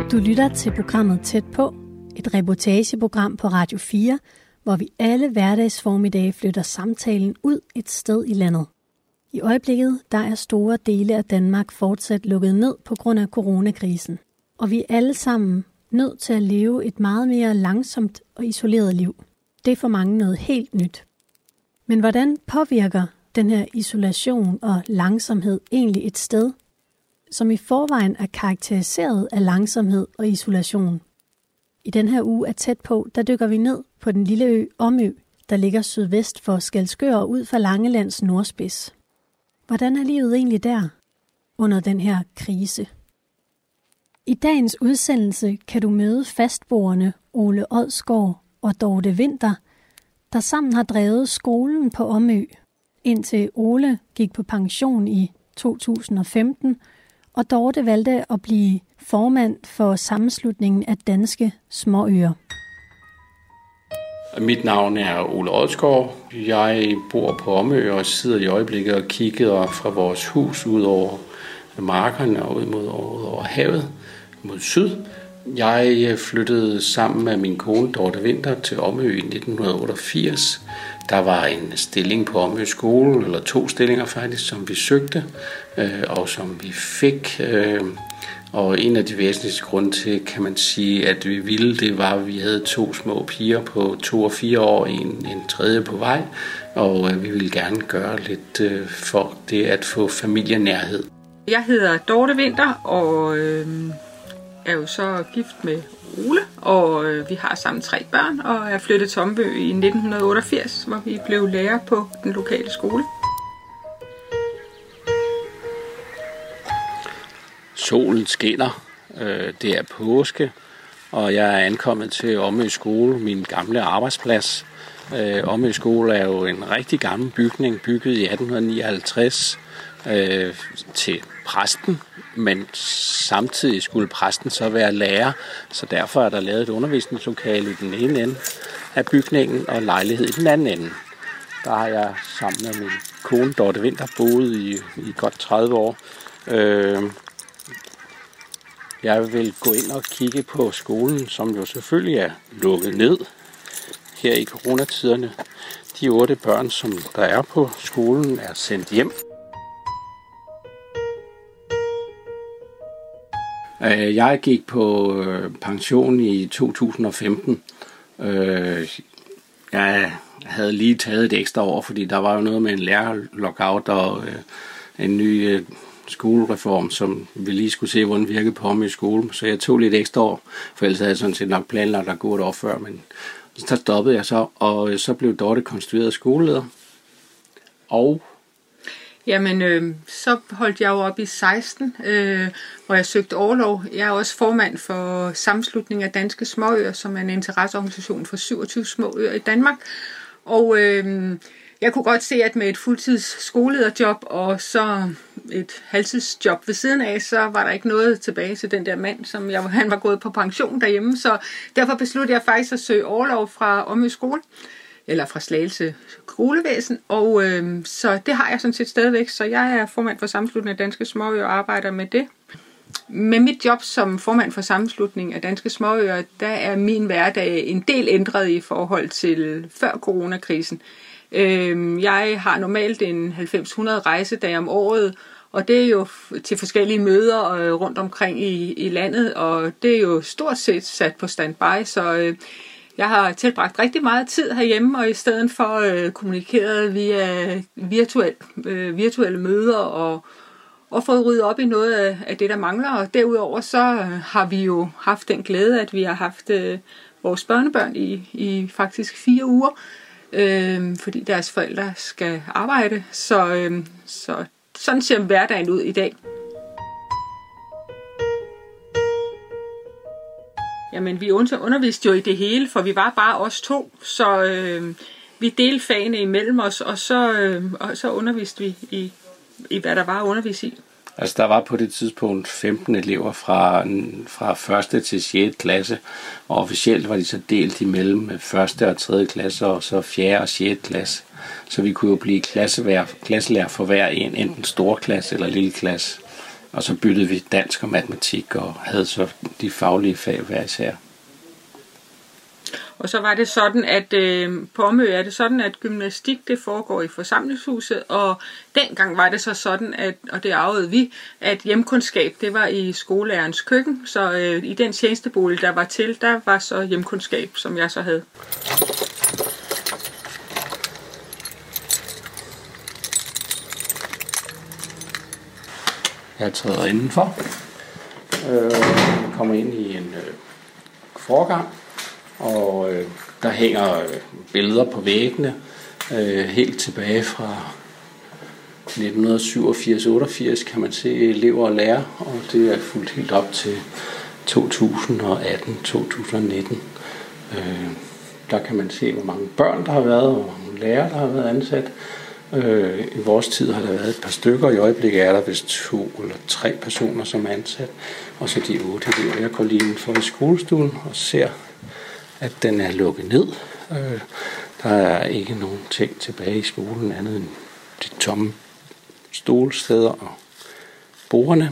Du lytter til programmet Tæt på, et reportageprogram på Radio 4, hvor vi alle hverdagsformiddage flytter samtalen ud et sted i landet. I øjeblikket der er store dele af Danmark fortsat lukket ned på grund af coronakrisen, og vi er alle sammen nødt til at leve et meget mere langsomt og isoleret liv. Det er for mange noget helt nyt. Men hvordan påvirker den her isolation og langsomhed egentlig et sted, som i forvejen er karakteriseret af langsomhed og isolation? I den her uge af Tæt på, der dykker vi ned på den lille ø Omø, der ligger sydvest for Skælskør og ud for Langelands nordspids. Hvordan er livet egentlig der under den her krise? I dagens udsendelse kan du møde fastboerne Ole Odsgaard og Dorte Winther, der sammen har drevet skolen på Omø, indtil Ole gik på pension i 2015, og Dorte valgte at blive formand for sammenslutningen af danske småøer. Mit navn er Ole Odsgaard. Jeg bor på Omø og sidder i øjeblikket og kigger fra vores hus ud over markerne og ud over havet mod syd. Jeg flyttede sammen med min kone Dorte Winther til Omø i 1988. Der var en stilling på Omø skole, eller 2 stillinger faktisk, som vi søgte og som vi fik. Og en af de væsentligste grunde til, kan man sige, at vi ville, det var, at vi havde 2 små piger på 2 og 4 år, en tredje på vej, og vi ville gerne gøre lidt for det at få familienærhed. Jeg hedder Dorte Winther, og er jo så gift med Ole, og vi har sammen 3 børn, og er flyttet til Omø i 1988, hvor vi blev lærer på den lokale skole. Solen skinner, det er påske, og jeg er ankommet til Omø skole, min gamle arbejdsplads. Omø skole er jo en rigtig gammel bygning, bygget i 1859 til præsten, men samtidig skulle præsten så være lærer, så derfor er der lavet et undervisningslokale i den ene ende af bygningen og lejlighed i den anden ende. Der har jeg sammen med min kone Dorte Winther boet i godt 30 år. Jeg vil gå ind og kigge på skolen, som jo selvfølgelig er lukket ned her i coronatiderne. De 8 børn, som der er på skolen, er sendt hjem. Jeg gik på pension i 2015. Jeg havde lige taget et ekstra år, fordi der var jo noget med en lærerlockout og en ny skolereform, som vi lige skulle se, hvordan virkede på Omø skole. Så jeg tog lidt ekstra år, for ellers havde jeg sådan set nok planlagt at gå et år før, men så stoppede jeg så, og så blev Dorte konstitueret skoleleder. Og jamen, så holdt jeg jo op i 16, hvor jeg søgte orlov. Jeg er også formand for Sammenslutningen af danske småøer, som er en interesseorganisation for 27 småøer i Danmark. Og jeg kunne godt se, at med et fuldtids skolelederjob og så et halvtidsjob ved siden af, så var der ikke noget tilbage til den der mand, som han var gået på pension derhjemme. Så derfor besluttede jeg faktisk at søge orlov fra Omø skole, eller fra Slagelse skolevæsen, og så det har jeg sådan set stadigvæk, så jeg er formand for Sammenslutningen af danske småøer og arbejder med det. Med mit job som formand for Sammenslutningen af danske småøer, der er min hverdag en del ændret i forhold til før coronakrisen. Jeg har normalt en 90-100 rejsedage om året, og det er jo til forskellige møder rundt omkring i landet, og det er jo stort set sat på standby, så jeg har tilbragt rigtig meget tid herhjemme, og i stedet for kommunikeret via virtuelle møder og fået ryddet op i noget af det, der mangler. Og derudover så har vi jo haft den glæde, at vi har haft vores børnebørn i faktisk 4 uger, fordi deres forældre skal arbejde. Så sådan ser hverdagen ud i dag. Jamen, vi underviste jo i det hele, for vi var bare os 2, så vi delte fagene imellem os, og så underviste vi i hvad der var at undervise i. Altså, der var på det tidspunkt 15 elever fra 1. til 6. klasse, og officielt var de så delt imellem 1. og 3. klasse, og så 4. og 6. klasse. Så vi kunne jo blive klasselærer for hver en, enten stor klasse eller lille klasse. Og så byttede vi dansk og matematik og havde så de faglige fag hver især. Og så var det sådan, at på Omø er det sådan, at gymnastik det foregår i forsamlingshuset, og dengang var det så sådan, og det arvede vi, at hjemkundskab det var i skolelærerens køkken, så i den tjenestebolig, der var til, der var så hjemkundskab, som jeg så havde. Jeg træder indenfor, kommer ind i en forgang, og der hænger billeder på væggene, helt tilbage fra 1987-88 kan man se elever og lærere, og det er fuldt helt op til 2018-2019. Der kan man se, hvor mange børn der har været, og hvor mange lærere der har været ansat. I vores tid har der været et par stykker, i øjeblikket er der vist 2 eller 3 personer, som er ansat, og så de 8 elever. Jeg går lige indenfor i skolestuen og ser, at den er lukket ned. Der er ikke nogen ting tilbage i skolen, andet end de tomme stolsteder og bordene.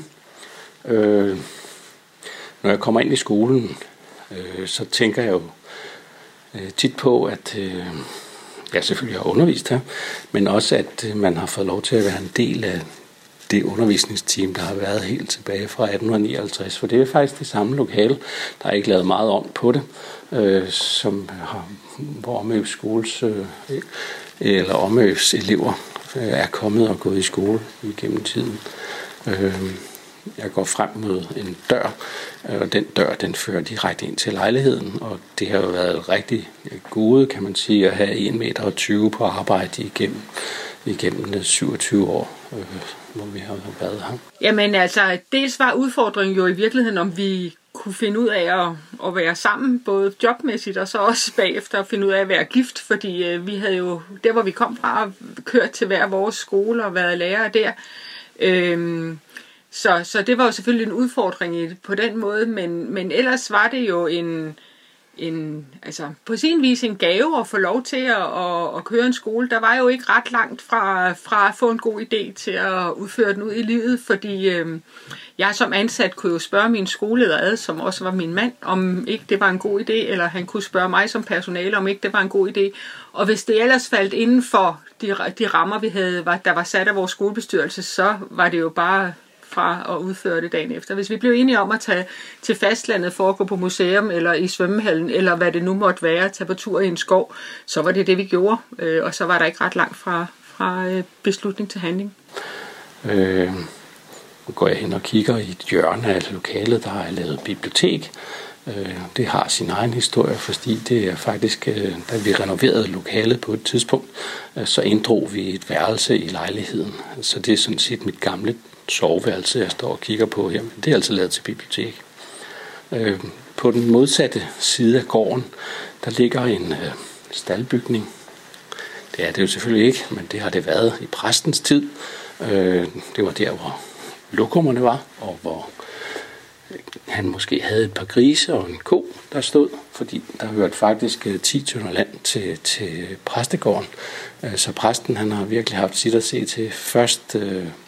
Når jeg kommer ind i skolen, så tænker jeg jo tit på, at jeg selvfølgelig har undervist her, men også at man har fået lov til at være en del af det undervisningsteam, der har været helt tilbage fra 1859, for det er faktisk det samme lokale. Der er ikke lavet meget om på det, hvor Omøs skoles eller Omøs elever er kommet og gået i skole igennem tiden. Jeg går frem mod en dør, og den dør, den fører direkte ind til lejligheden, og det har jo været rigtig gode, kan man sige, at have 1,20 meter på arbejde igennem 27 år, hvor vi har været her. Jamen altså, dels var udfordringen jo i virkeligheden, om vi kunne finde ud af at være sammen, både jobmæssigt og så også bagefter at finde ud af at være gift, fordi vi havde jo, der hvor vi kom fra, kørt til hver vores skole og været lærere der. Så det var jo selvfølgelig en udfordring på den måde, men ellers var det jo altså på sin vis en gave at få lov til at køre en skole. Der var jo ikke ret langt fra at få en god idé til at udføre den ud i livet, fordi jeg som ansat kunne jo spørge min skoleleder ad, som også var min mand, om ikke det var en god idé, eller han kunne spørge mig som personale, om ikke det var en god idé. Og hvis det ellers faldt inden for de rammer, vi havde, der var sat af vores skolebestyrelse, så var det jo bare fra at udføre det dagen efter. Hvis vi blev enige om at tage til fastlandet for at gå på museum, eller i svømmehallen, eller hvad det nu måtte være, tage på tur i en skov, så var det det, vi gjorde. Og så var der ikke ret langt fra beslutning til handling. Nu går jeg hen og kigger i et hjørne af lokalet, der er lavet bibliotek. Det har sin egen historie, fordi det er faktisk, da vi renoverede lokalet på et tidspunkt, så inddrog vi et værelse i lejligheden. Så det er sådan set mit gamle soveværelse, jeg står og kigger på her, men det er altså lavet til bibliotek. På den modsatte side af gården, der ligger en staldbygning. Det er det jo selvfølgelig ikke, men det har det været i præstens tid. Det var der, hvor lokummerne var, og hvor han måske havde et par grise og en ko, der stod, fordi der hørte faktisk 10 tønder land til præstegården. Så præsten, han har virkelig haft sit at se til. Først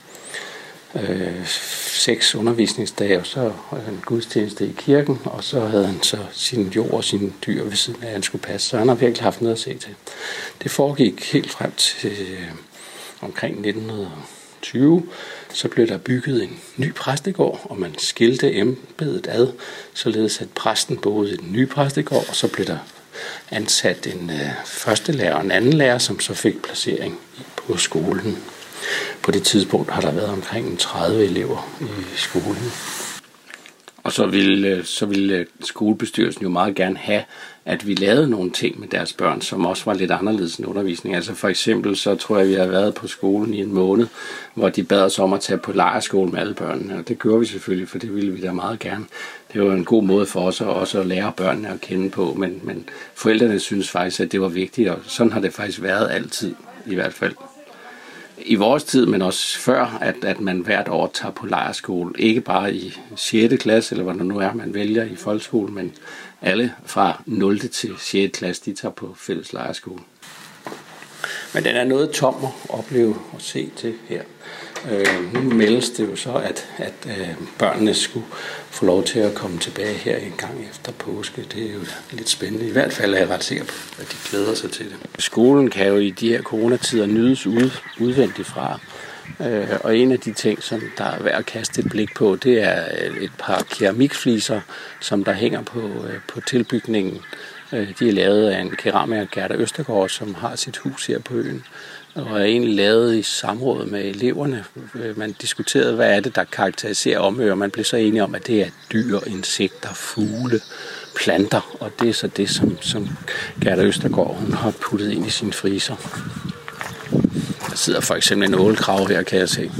6 undervisningsdage, og så havde han gudstjeneste i kirken, og så havde han så sin jord og sine dyr ved siden af, han skulle passe. Så han har virkelig haft noget at se til. Det foregik helt frem til omkring 1920. Så blev der bygget en ny præstegård, og man skilte embedet ad, således at præsten boede i den nye præstegård, og så blev der ansat en første lærer og en anden lærer, som så fik placering på skolen. På det tidspunkt har der været omkring 30 elever i skolen. Og så ville skolebestyrelsen jo meget gerne have, at vi lavede nogle ting med deres børn, som også var lidt anderledes end undervisning. Altså for eksempel, så tror jeg, vi har været på skolen i en måned, hvor de bad os om at tage på lejrskole med alle børnene. Og det gjorde vi selvfølgelig, for det ville vi da meget gerne. Det var en god måde for os også at lære børnene at kende på, men forældrene synes faktisk, at det var vigtigt, og sådan har det faktisk været altid, i hvert fald. I vores tid, men også før, at man hvert år tager på lejrskole. Ikke bare i 6. klasse, eller hvad det nu er, man vælger i folkeskole, men alle fra 0. til 6. klasse, de tager på fælles lejrskole. Men den er noget tom at opleve og se til her. Nu meldes det jo så, at børnene skulle få lov til at komme tilbage her en gang efter påske. Det er jo lidt spændende. I hvert fald er jeg ret sikker på, at de glæder sig til det. Skolen kan jo i de her coronatider nydes udvendigt fra. Og en af de ting, som der er værd at kaste et blik på, det er et par keramikfliser, som der hænger på tilbygningen. De er lavet af en keramiker, Gerda Østergaard, som har sit hus her på øen, og er egentlig lavet i samråd med eleverne. Man diskuterede, hvad er det, der karakteriserer Omø, og man blev så enige om, at det er dyr, insekter, fugle, planter, og det er så det, som Gerda Østergaard hun har puttet ind i sine friser. Der sidder for eksempel en ålkrav her, kan jeg se.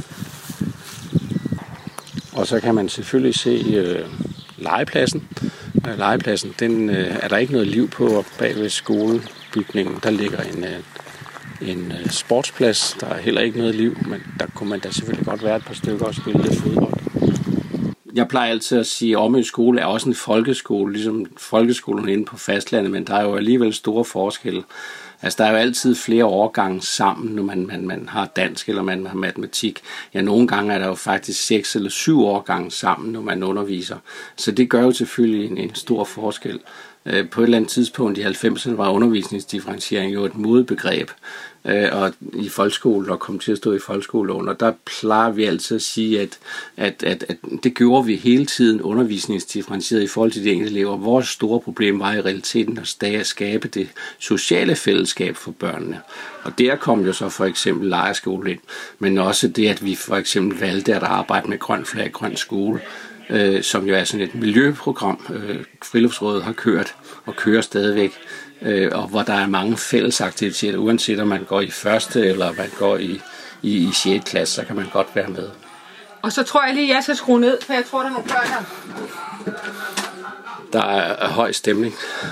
Og så kan man selvfølgelig se legepladsen. Legepladsen, den er der ikke noget liv på, og bag ved skolebygningen, der ligger en sportsplads. Der er heller ikke noget liv, men der kunne man da selvfølgelig godt være et par stykker og spille lidt fodbold. Jeg plejer altid at sige, at Omø skole er også en folkeskole, ligesom folkeskolen inde på fastlandet, men der er jo alligevel store forskelle. Altså, der er jo altid flere årgange sammen, når man har dansk eller man har matematik. Ja, nogle gange er der jo faktisk 6 eller 7 årgange sammen, når man underviser. Så det gør jo selvfølgelig en stor forskel. På et eller andet tidspunkt i 90'erne var undervisningsdifferentiering jo et modebegreb, og i folkeskolen og kom til at stå i folkeskoleloven, og der plejer vi altid at sige, at det gjorde vi hele tiden undervisningsdifferentieret i forhold til de enkelte elever. Vores store problem var i realiteten at skabe det sociale fællesskab for børnene. Og der kom jo så for eksempel lejrskole ind, men også det, at vi for eksempel valgte at arbejde med grøn flag, grøn skole, som jo er sådan et miljøprogram, Friluftsrådet har kørt og kører stadigvæk, og hvor der er mange fællesaktiviteter, uanset om man går i første eller man går i 6. klasse, så kan man godt være med. Og så tror jeg lige, jeg skal skrue ned, for jeg tror, der er nogle børn her. Der er høj stemning.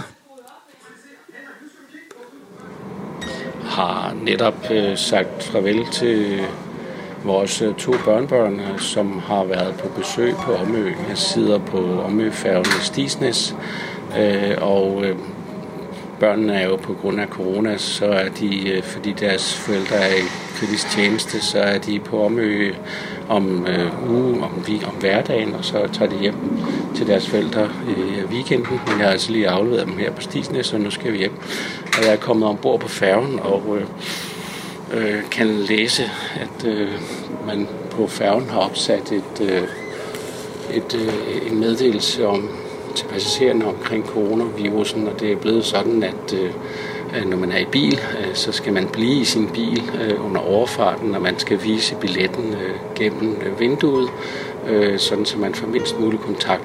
Har netop sagt farvel til vores 2 børnebørn, som har været på besøg på Omø. Jeg sidder på Omøfærgen i Stigsnæs, og børnene er jo på grund af corona, så er de, fordi deres forældre er i kritisk tjeneste, så er de på Omø om hverdagen, og så tager de hjem til deres forældre i weekenden. Men jeg har altså lige afleveret dem her på Stigsnæs, så nu skal vi hjem. Og jeg er kommet ombord på færgen, og kan læse, at man på færgen har opsat en meddelelse til passagererne omkring coronavirusen, og det er blevet sådan, at når man er i bil, så skal man blive i sin bil under overfarten, og man skal vise billetten gennem vinduet, sådan så man får mindst mulig kontakt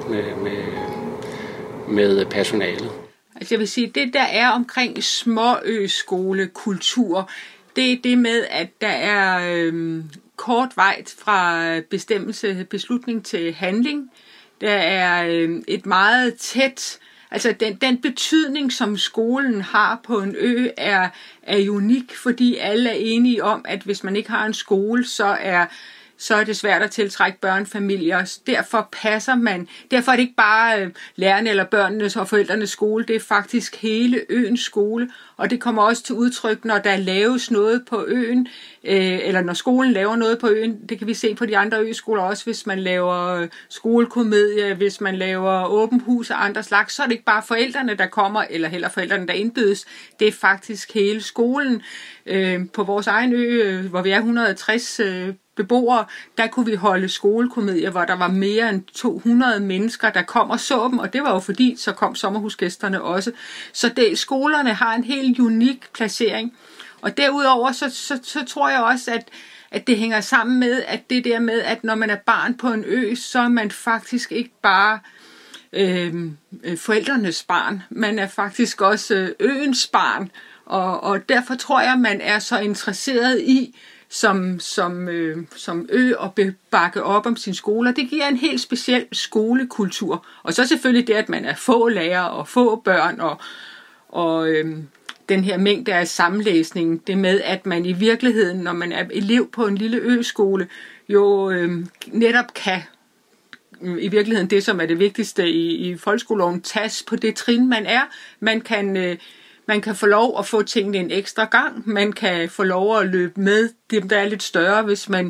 med personalet. Altså jeg vil sige, det der er omkring småøskolekultur, det er det med, at der er kort vej fra beslutning til handling. Der er et meget tæt, altså den betydning, som skolen har på en ø, er unik, fordi alle er enige om, at hvis man ikke har en skole, så er det svært at tiltrække børnefamilier. Derfor derfor er det ikke bare lærerne eller børnenes og forældrenes skole, det er faktisk hele øens skole, og det kommer også til udtryk, når der laves noget på øen, eller når skolen laver noget på øen. Det kan vi se på de andre øskoler også, hvis man laver skolekomedie, hvis man laver åbent hus og andre slags, så er det ikke bare forældrene, der kommer, eller heller forældrene, der indbydes. Det er faktisk hele skolen. På vores egen ø, hvor vi er 160 beboere, der kunne vi holde skolekomedier, hvor der var mere end 200 mennesker, der kom og så dem, og det var jo fordi, så kom sommerhusgæsterne også. Så skolerne har en helt unik placering. Og derudover, så tror jeg også, at det hænger sammen med, at det der med, at når man er barn på en ø, så er man faktisk ikke bare forældrenes barn, man er faktisk også øens barn, og derfor tror jeg, man er så interesseret i, som ø og bakke op om sine skoler. Det giver en helt speciel skolekultur. Og så selvfølgelig det, at man er få lærere og få børn, og den her mængde af sammenlæsning, det med, at man i virkeligheden, når man er elev på en lille øskole, jo netop kan, i virkeligheden det, som er det vigtigste i folkeskoleloven, tages på det trin, man er. Man kan få lov at få tingene en ekstra gang. Man kan få lov at løbe med dem, der er lidt større, hvis man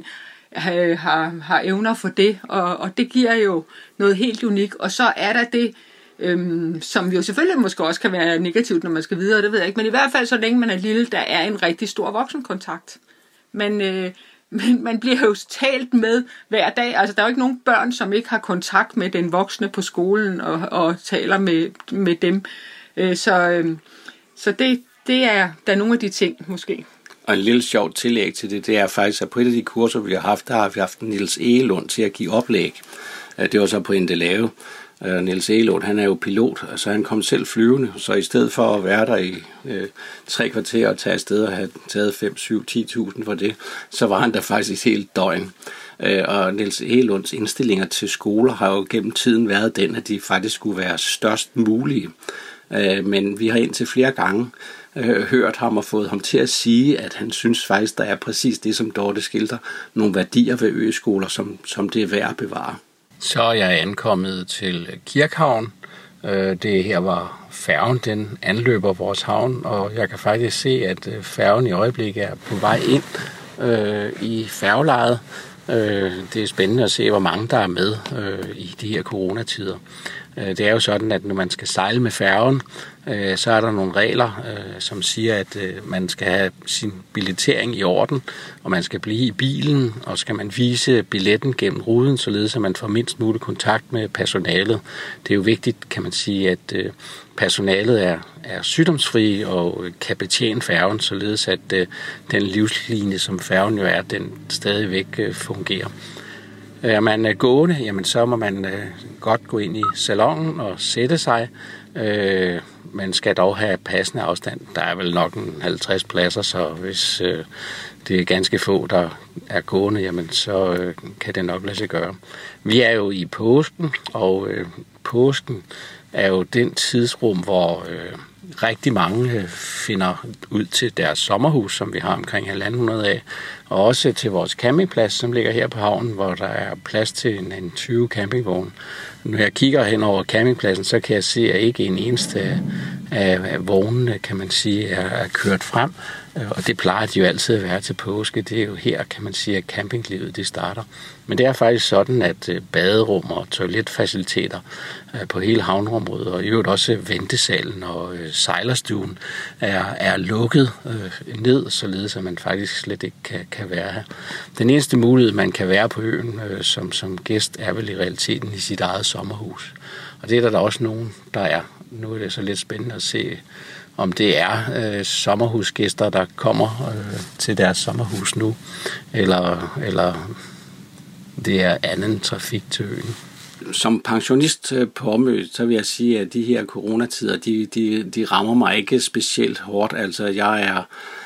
har evner for det, og det giver jo noget helt unikt. Og så er der det, som jo selvfølgelig måske også kan være negativt, når man skal videre, det ved jeg ikke, men i hvert fald så længe man er lille, der er en rigtig stor voksenkontakt. Men man bliver jo talt med hver dag. Altså, der er jo ikke nogen børn, som ikke har kontakt med den voksne på skolen og taler med dem. Så det er der er nogle af de ting, måske. Og en lille sjov tillæg til det er faktisk, at på et af de kurser, vi har haft, der har vi haft Niels Egelund til at give oplæg. Det var så på Endelave. Niels Egelund, han er jo pilot, så han kom selv flyvende, så i stedet for at være der i 3 kvarter og tage afsted og have taget 5, 7, 10.000 for det, så var han der faktisk et helt døgn. Og Niels Egelunds indstillinger til skoler har jo gennem tiden været den, at de faktisk skulle være størst mulige. Men vi har indtil flere gange hørt ham og fået ham til at sige, at han synes faktisk, der er præcis det, som Dorte skildrer, nogle værdier ved øskoler, som det er værd at bevare. Så er jeg ankommet til Kirkehavn. Det her var færgen, den anløber vores havn, og jeg kan faktisk se, at færgen i øjeblikket er på vej ind i færgelejet. Det er spændende at se, hvor mange der er med i de her coronatider. Det er jo sådan, at når man skal sejle med færgen, så er der nogle regler, som siger, at man skal have sin billettering i orden, og man skal blive i bilen, og skal man vise billetten gennem ruden, således at man får mindst mulig kontakt med personalet. Det er jo vigtigt, kan man sige, at personalet er sygdomsfri og kan betjene færgen, således at den livslinje, som færgen jo er, den stadigvæk fungerer. Er man gående, jamen så må man godt gå ind i salonen og sætte sig. Man skal dog have passende afstand. Der er vel nok 50 pladser, så hvis det er ganske få, der er gående, jamen så kan det nok lade sig gøre. Vi er jo i påsken, og påsken er jo den tidsrum, hvor rigtig mange finder ud til deres sommerhus, som vi har omkring 1.500 af, og også til vores campingplads, som ligger her på havnen, hvor der er plads til en 20 campingvogne. Når jeg kigger hen over campingpladsen, så kan jeg se, at ikke en eneste af vognene, kan man sige, er kørt frem. Og det plejer de jo altid at være til påske. Det er jo her, kan man sige, at campinglivet det starter. Men det er faktisk sådan, at baderum og toiletfaciliteter på hele havneområdet, og i øvrigt også ventesalen og sejlerstuen, er lukket ned, således at man faktisk slet ikke kan være her. Den eneste mulighed, man kan være på øen som gæst, er vel i realiteten i sit eget sommerhus. Og det er der også nogen, der er. Nu er det så lidt spændende at se, om det er sommerhusgæster, der kommer til deres sommerhus nu, eller det er anden trafik til øen. Som pensionist på Omø, så vil jeg sige, at de her coronatider, de rammer mig ikke specielt hårdt. Altså jeg er...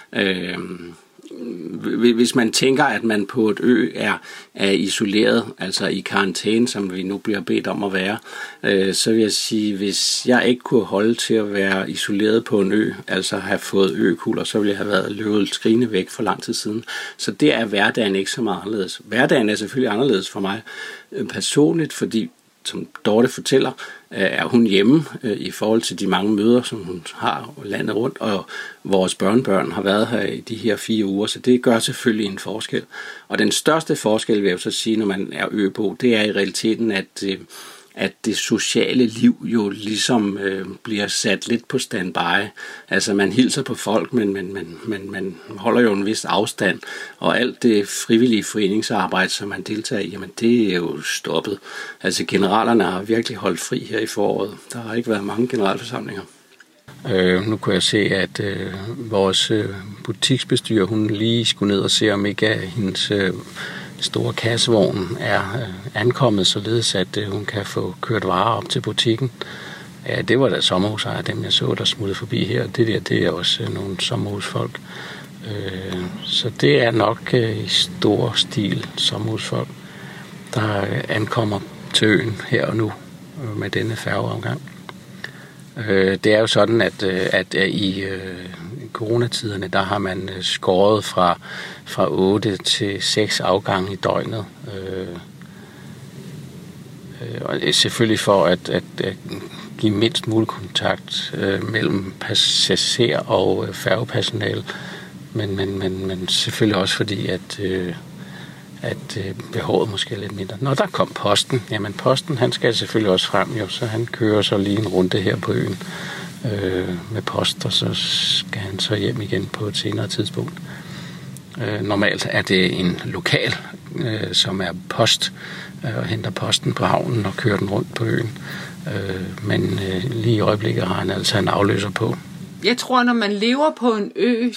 Hvis man tænker, at man på et ø er isoleret, altså i karantæne, som vi nu bliver bedt om at være, så vil jeg sige, hvis jeg ikke kunne holde til at være isoleret på en ø, altså have fået økuller, så ville jeg have været løbet skrigende væk for lang tid siden. Så der er hverdagen ikke så meget anderledes. Hverdagen er selvfølgelig anderledes for mig personligt, fordi som Dorte fortæller, er hun hjemme i forhold til de mange møder, som hun har landet rundt, og vores børnebørn har været her i de her 4 uger, så det gør selvfølgelig en forskel. Og den største forskel, vil jeg så sige, når man er øbo, det er i realiteten, at det sociale liv jo ligesom bliver sat lidt på standby. Altså man hilser på folk, men man holder jo en vis afstand, og alt det frivillige foreningsarbejde, som man deltager i, jamen det er jo stoppet. Altså generalerne har virkelig holdt fri her i foråret. Der har ikke været mange generalforsamlinger. Nu kunne jeg se, at vores butiksbestyrer, hun lige skulle ned og se, om ikke hendes store kassevogn er ankommet, således at hun kan få kørt varer op til butikken. Ja, det var da sommerhusejere, dem jeg så, der smuttede forbi her. Det er også nogle sommerhusfolk. Så det er nok i stor stil sommerhusfolk, der ankommer til øen her og nu med denne færgeafgang. Det er jo sådan, at i coronatiderne, der har man skåret fra 8 til 6 afgange i døgnet. Og selvfølgelig for at give mindst mulig kontakt mellem passager og færgepersonale, men selvfølgelig også fordi, behovet måske er lidt mindre. Når der kom posten, jamen posten, han skal selvfølgelig også frem, jo, så han kører så lige en runde her på øen med post, og så skal han så hjem igen på et senere tidspunkt. Normalt er det en lokal, som er post, og henter posten på havnen og kører den rundt på øen. Men lige i øjeblikket har han altså en afløser på. Jeg tror, når man lever på en ø,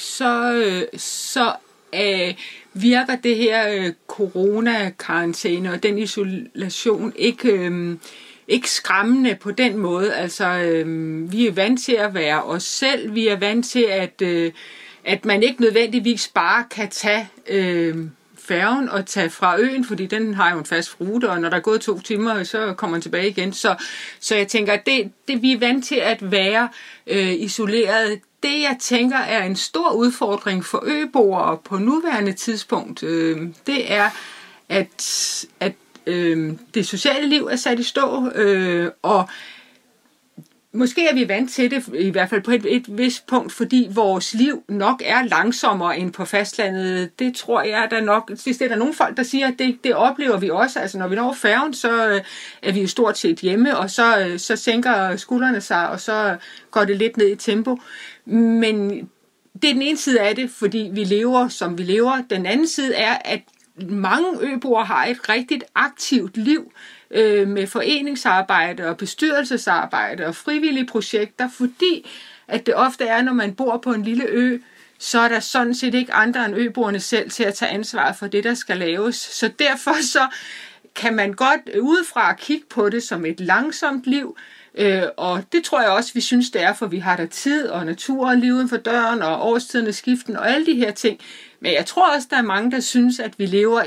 så virker det her corona-karantæne og den isolation ikke skræmmende på den måde. Altså, vi er vant til at være os selv. Vi er vant til, at man ikke nødvendigvis bare kan tage færgen og tage fra øen, fordi den har jo en fast rute, og når der er gået 2 timer, så kommer man tilbage igen. Så jeg tænker, at det vi er vant til at være isoleret. Det, jeg tænker, er en stor udfordring for øboere på nuværende tidspunkt, det er, at det sociale liv er sat i stå, og måske er vi vant til det, i hvert fald på et vist punkt, fordi vores liv nok er langsommere end på fastlandet. Det tror jeg, der nok... Det er der nogle folk, der siger, at det oplever vi også. Altså, når vi når færgen, så er vi jo stort set hjemme, og så sænker skuldrene sig, og så går det lidt ned i tempo. Men det er den ene side af det, fordi vi lever, som vi lever. Den anden side er, at mange øboere har et rigtig aktivt liv, med foreningsarbejde og bestyrelsesarbejde og frivillige projekter, fordi at det ofte er, når man bor på en lille ø, så er der sådan set ikke andre end øboerne selv til at tage ansvar for det, der skal laves. Så derfor så kan man godt udefra kigge på det som et langsomt liv, og det tror jeg også, vi synes, det er, for vi har der tid og naturen lige uden for døren og årstiderne skiften og alle de her ting. Men jeg tror også, der er mange, der synes, at vi lever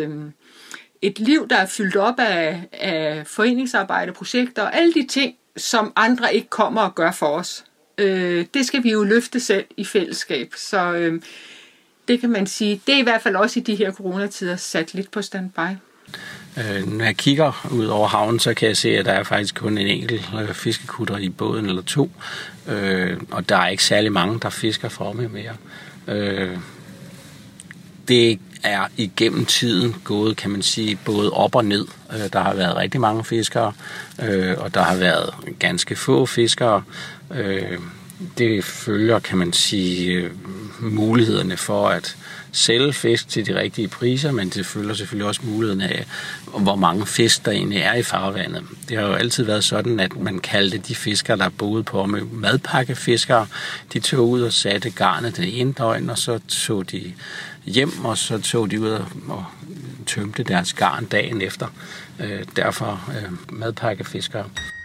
et liv, der er fyldt op af foreningsarbejde, projekter og alle de ting, som andre ikke kommer og gør for os. Det skal vi jo løfte selv i fællesskab. Så det kan man sige, det er i hvert fald også i de her coronatider sat lidt på standby. Når jeg kigger ud over havnen, så kan jeg se, at der er faktisk kun en enkelt fiskekutter i båden eller 2. Og der er ikke særlig mange, der fisker fremme mere. Det er igennem tiden gået, kan man sige, både op og ned. Der har været rigtig mange fiskere, og der har været ganske få fiskere. Det følger, kan man sige, mulighederne for at sælge fisk til de rigtige priser, men det følger selvfølgelig også muligheden af, hvor mange fisk der egentlig er i farvandet. Det har jo altid været sådan, at man kaldte de fiskere, der boede på madpakkefiskere. De tog ud og satte garnet det ene døgn, og så tog de hjem, og så tog de ud og tømte deres garn dagen efter. Derfor madpakkefiskere.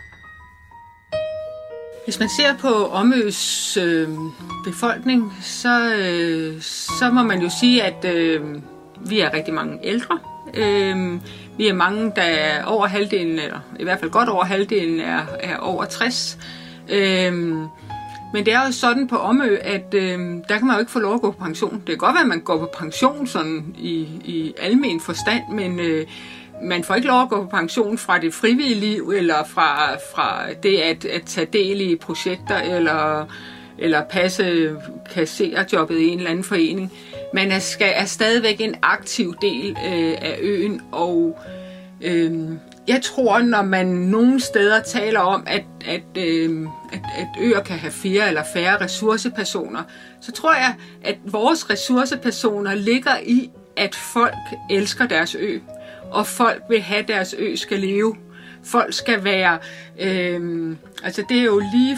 Hvis man ser på Omøs befolkning, så må man jo sige, at vi er rigtig mange ældre. Vi er mange, der er over halvdelen, eller i hvert fald godt over halvdelen, er over 60. Men det er jo sådan på Omø, at der kan man jo ikke få lov at gå på pension. Det kan godt være, at man går på pension sådan i almen forstand, men man får ikke lov at gå på pension fra det frivillige liv, eller fra det at tage del i projekter, eller passe kassererjobbet i en eller anden forening. Man er stadigvæk en aktiv del af øen, og jeg tror, når man nogle steder taler om, at øer kan have 4 eller færre ressourcepersoner, så tror jeg, at vores ressourcepersoner ligger i, at folk elsker deres ø, og folk vil have, at deres ø skal leve. Folk skal være... altså det er jo lige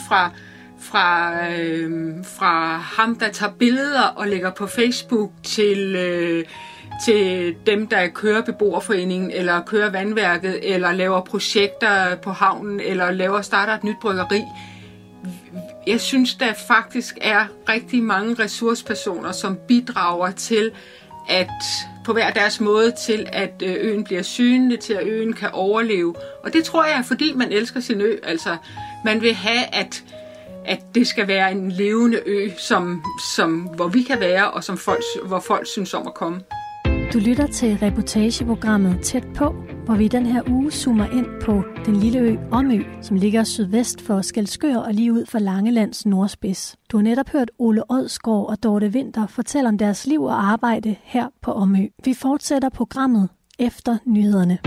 fra ham, der tager billeder og lægger på Facebook, til dem, der kører beboerforeningen, eller kører vandværket, eller laver projekter på havnen, eller starter et nyt bryggeri. Jeg synes, der faktisk er rigtig mange ressourcepersoner, som bidrager til, at på hver deres måde, til at øen bliver synlig, til at øen kan overleve. Og det tror jeg, fordi man elsker sin ø. Altså, man vil have, at det skal være en levende ø, hvor vi kan være, og hvor folk synes om at komme. Du lytter til reportageprogrammet Tæt på, hvor vi i den her uge zoomer ind på den lille ø Omø, som ligger sydvest for Skælskør og lige ud for Langelands nordspids. Du har netop hørt Ole Odsgaard og Dorte Winther fortælle om deres liv og arbejde her på Omø. Vi fortsætter programmet efter nyhederne.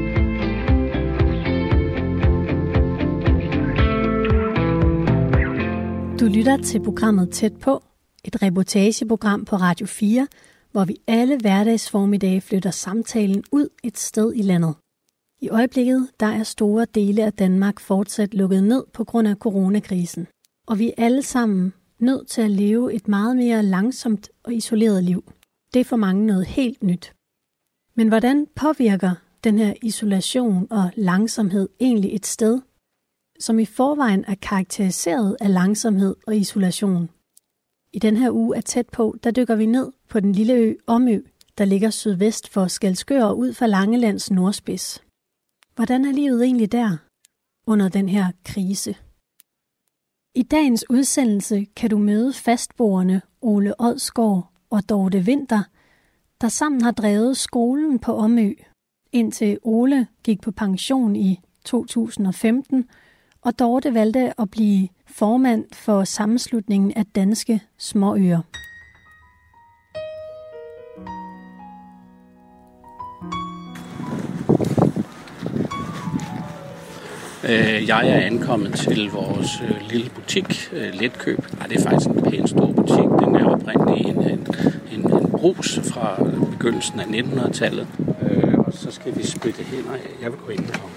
Du lytter til programmet Tæt på, et reportageprogram på Radio 4, hvor vi alle hverdagsformiddage flytter samtalen ud et sted i landet. I øjeblikket der er store dele af Danmark fortsat lukket ned på grund af coronakrisen. Og vi er alle sammen nødt til at leve et meget mere langsomt og isoleret liv. Det er for mange noget helt nyt. Men hvordan påvirker den her isolation og langsomhed egentlig et sted, som i forvejen er karakteriseret af langsomhed og isolation? I den her uge er Tæt på, der dykker vi ned på den lille ø Omø, der ligger sydvest for Skælskør og ud for Langelands nordspids. Hvordan er livet egentlig der under den her krise? I dagens udsendelse kan du møde fastboerne Ole Odsgaard og Dorte Winther, der sammen har drevet skolen på Omø, indtil Ole gik på pension i 2015, og Dorte valgte at blive formand for sammenslutningen af danske småøer. Jeg er ankommet til vores lille butik, Letkøb. Det er faktisk en pæn stor butik. Den er oprindeligt en brus fra begyndelsen af 1900-tallet. Og så skal vi spritte hænder af. Jeg vil gå ind her.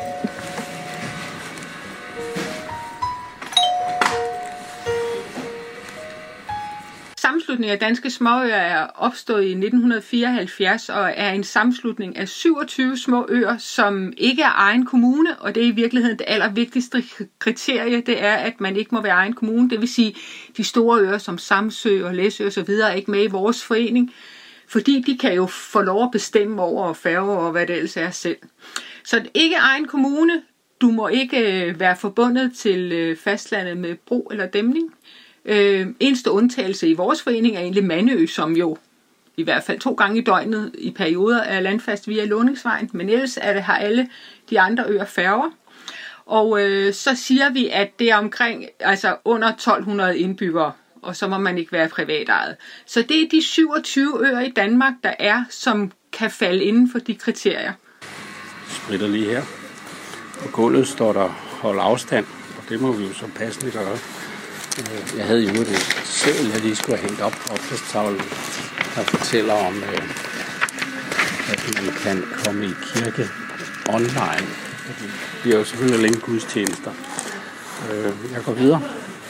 Sammenslutningen af danske småøer er opstået i 1974 og er en sammenslutning af 27 små øer, som ikke er egen kommune, og det er i virkeligheden det allervigtigste kriterie, det er, at man ikke må være egen kommune. Det vil sige, de store øer som Samsø og Læsø og så videre er ikke med i vores forening, fordi de kan jo få lov at bestemme over færger og hvad det ellers er selv. Så det er ikke egen kommune. Du må ikke være forbundet til fastlandet med bro eller dæmning. Eneste undtagelse i vores forening er egentlig Mandø, som jo i hvert fald 2 gange i døgnet i perioder er landfast via Låningsvejen, men ellers har alle de andre øer færger. Og så siger vi, at det er omkring under 1200 indbyggere, og så må man ikke være privatejet. Så det er de 27 øer i Danmark, der er, som kan falde inden for de kriterier. Spritter lige her. På gulvet står der hold afstand, og det må vi jo så passende gøre. Jeg havde jo det selv, jeg lige skulle have hængt op på opslagstavlen, der fortæller om, at man kan komme i kirke online. Det bliver jo selvfølgelig længe gudstjenester. Jeg går videre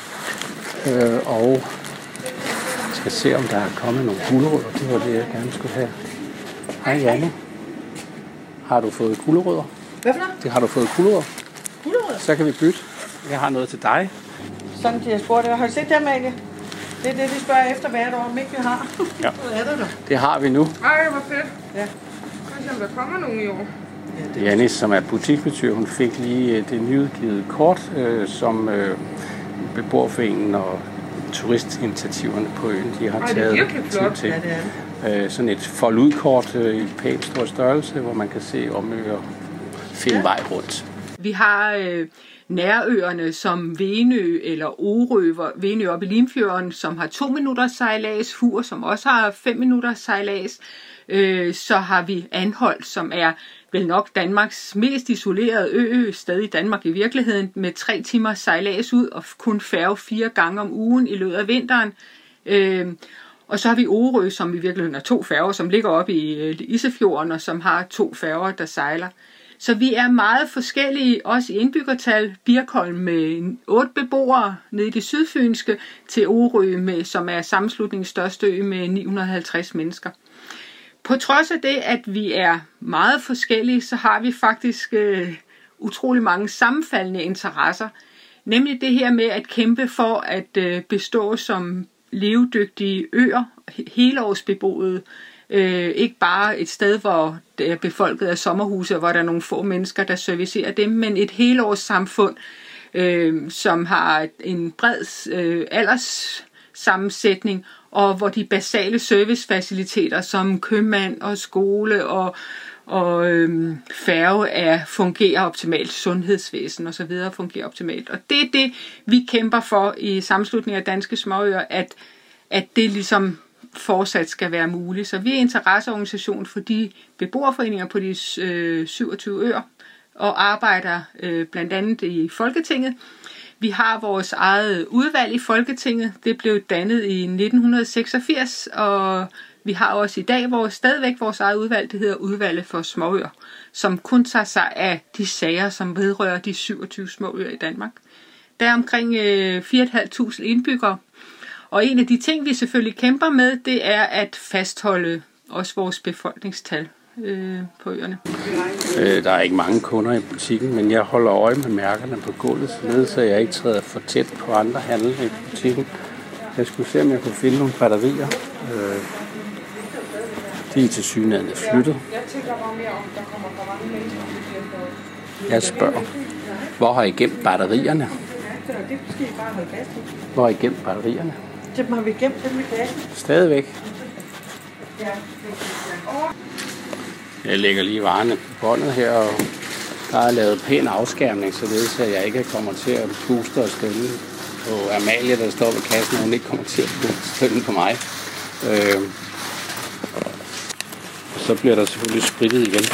og skal se, om der er kommet nogle gulerødder. Det var det, jeg gerne skulle have. Hej Janne. Har du fået gulerødder? Hvad for noget? Har du fået gulerødder? Gulerødder? Så kan vi bytte. Jeg har noget til dig. Sådan til jeg spurgte, har du set det, Amalie? Det er det, de spørger efter hvert år, om ikke vi har. Ja. Hvad er det der? Det har vi nu. Ej, hvor fedt. Ja. Kanskje om der kommer nogen i år. Ja, Janis, som er butiksbestyrer, hun fik lige det nyudgivet kort, som beboerforeningen og turistinitiativerne på øen, de har taget flot. til. Ja, det er sådan et fold-ud-kort i pænt stor størrelse, hvor man kan se Omø og finde vej rundt. Vi har nærøerne som Venø eller Orø, Venø oppe i Limfjorden, som har 2 minutters sejlads, Fur, som også har 5 minutters sejlads. Så har vi Anholt, som er vel nok Danmarks mest isolerede ø, stadig i Danmark i virkeligheden, med 3 timers sejlads ud og kun færge 4 gange om ugen i løbet af vinteren. Og så har vi Orø, som i virkeligheden er 2 færger, som ligger oppe i Isefjorden, og som har 2 færger, der sejler. Så vi er meget forskellige, også i indbyggertal. Birkholm med 8 beboere nede i det sydfynske, til Orø, som er sammenslutningens største ø med 950 mennesker. På trods af det, at vi er meget forskellige, så har vi faktisk utrolig mange sammenfaldende interesser. Nemlig det her med at kæmpe for at bestå som levedygtige øer, helårsbeboede. Ikke bare et sted, hvor det er befolket af sommerhuse, hvor der er nogle få mennesker, der servicerer dem, men et helårssamfund, som har en bred alderssammensætning, og hvor de basale servicefaciliteter som købmand og skole færge fungerer optimalt, sundhedsvæsen og så videre fungerer optimalt. Og det er det, vi kæmper for i Sammenslutningen af Danske Småøer, at det ligesom fortsat skal være muligt. Så vi er interesseorganisation for de beboerforeninger på de 27 øer og arbejder blandt andet i Folketinget. Vi har vores eget udvalg i Folketinget. Det blev dannet i 1986, og vi har også i dag stadigvæk vores eget udvalg. Det hedder Udvalget for Småøer, som kun tager sig af de sager, som vedrører de 27 småøer i Danmark. Der er omkring 4.500 indbyggere. Og en af de ting, vi selvfølgelig kæmper med, det er at fastholde også vores befolkningstal på øerne. Der er ikke mange kunder i butikken, men jeg holder øje med mærkerne på gulvet, så jeg ikke træder for tæt på andre handlere i butikken. Jeg skulle se, om jeg kunne finde nogle batterier. De er tilsyneladende flyttet. Jeg spørger, hvor har I gemt batterierne? Hvor har I gemt batterierne? Dem har vi gemt dem i kassen. Stadigvæk. Jeg lægger lige varerne på båndet her, og der er lavet pæn afskærmning, således at jeg ikke kommer til at puste og stønne på Amalie, der står ved kassen, og hun ikke kommer til at stønne på mig. Så bliver der selvfølgelig spritet igen.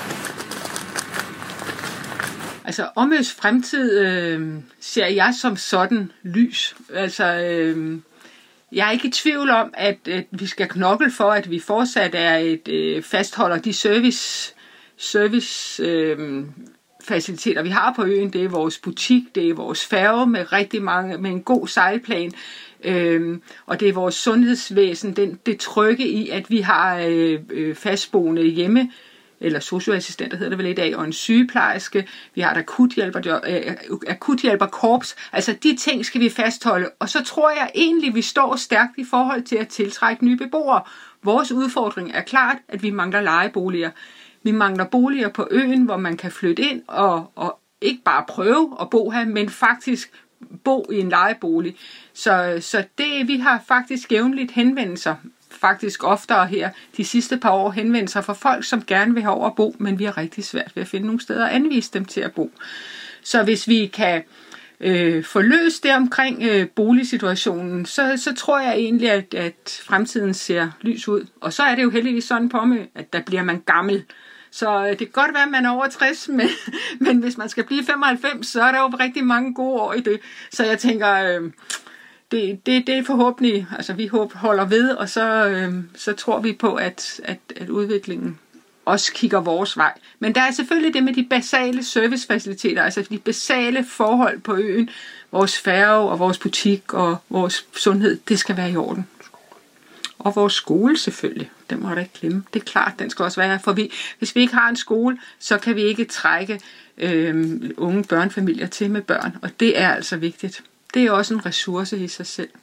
Altså Omøs fremtid ser jeg som sådan lys. Altså jeg er ikke i tvivl om, at vi skal knokle for, at vi fortsat er fastholder de service faciliteter, vi har på øen. Det er vores butik, det er vores færge med en god sejlplan, og det er vores sundhedsvæsen. Det trygge i, at vi har fastboende hjemme, eller socioassistenter hedder det vel i dag, og en sygeplejerske. Vi har et akuthjælperkorps. Altså de ting skal vi fastholde. Og så tror jeg egentlig, vi står stærkt i forhold til at tiltrække nye beboere. Vores udfordring er klart, at vi mangler lejeboliger. Vi mangler boliger på øen, hvor man kan flytte ind og ikke bare prøve at bo her, men faktisk bo i en lejebolig. Så det, vi har faktisk jævnligt henvendelser, faktisk oftere her de sidste par år henvendelser fra folk, som gerne vil have over at bo, men vi har rigtig svært ved at finde nogle steder at anvise dem til at bo. Så hvis vi kan få løst det omkring boligsituationen, så tror jeg egentlig, at fremtiden ser lys ud. Og så er det jo heldigvis sådan på Omø, at der bliver man gammel. Så det kan godt være, at man er over 60, men hvis man skal blive 95, så er der jo rigtig mange gode år i det. Så jeg tænker, det er forhåbentlig, altså vi holder ved, og så tror vi på, at udviklingen også kigger vores vej. Men der er selvfølgelig det med de basale servicefaciliteter, altså de basale forhold på øen, vores færge og vores butik og vores sundhed, det skal være i orden. Og vores skole selvfølgelig, den må jeg da ikke glemme. Det er klart, den skal også være her, for hvis vi ikke har en skole, så kan vi ikke trække unge børnefamilier til med børn, og det er altså vigtigt. Det er også en ressource i sig selv.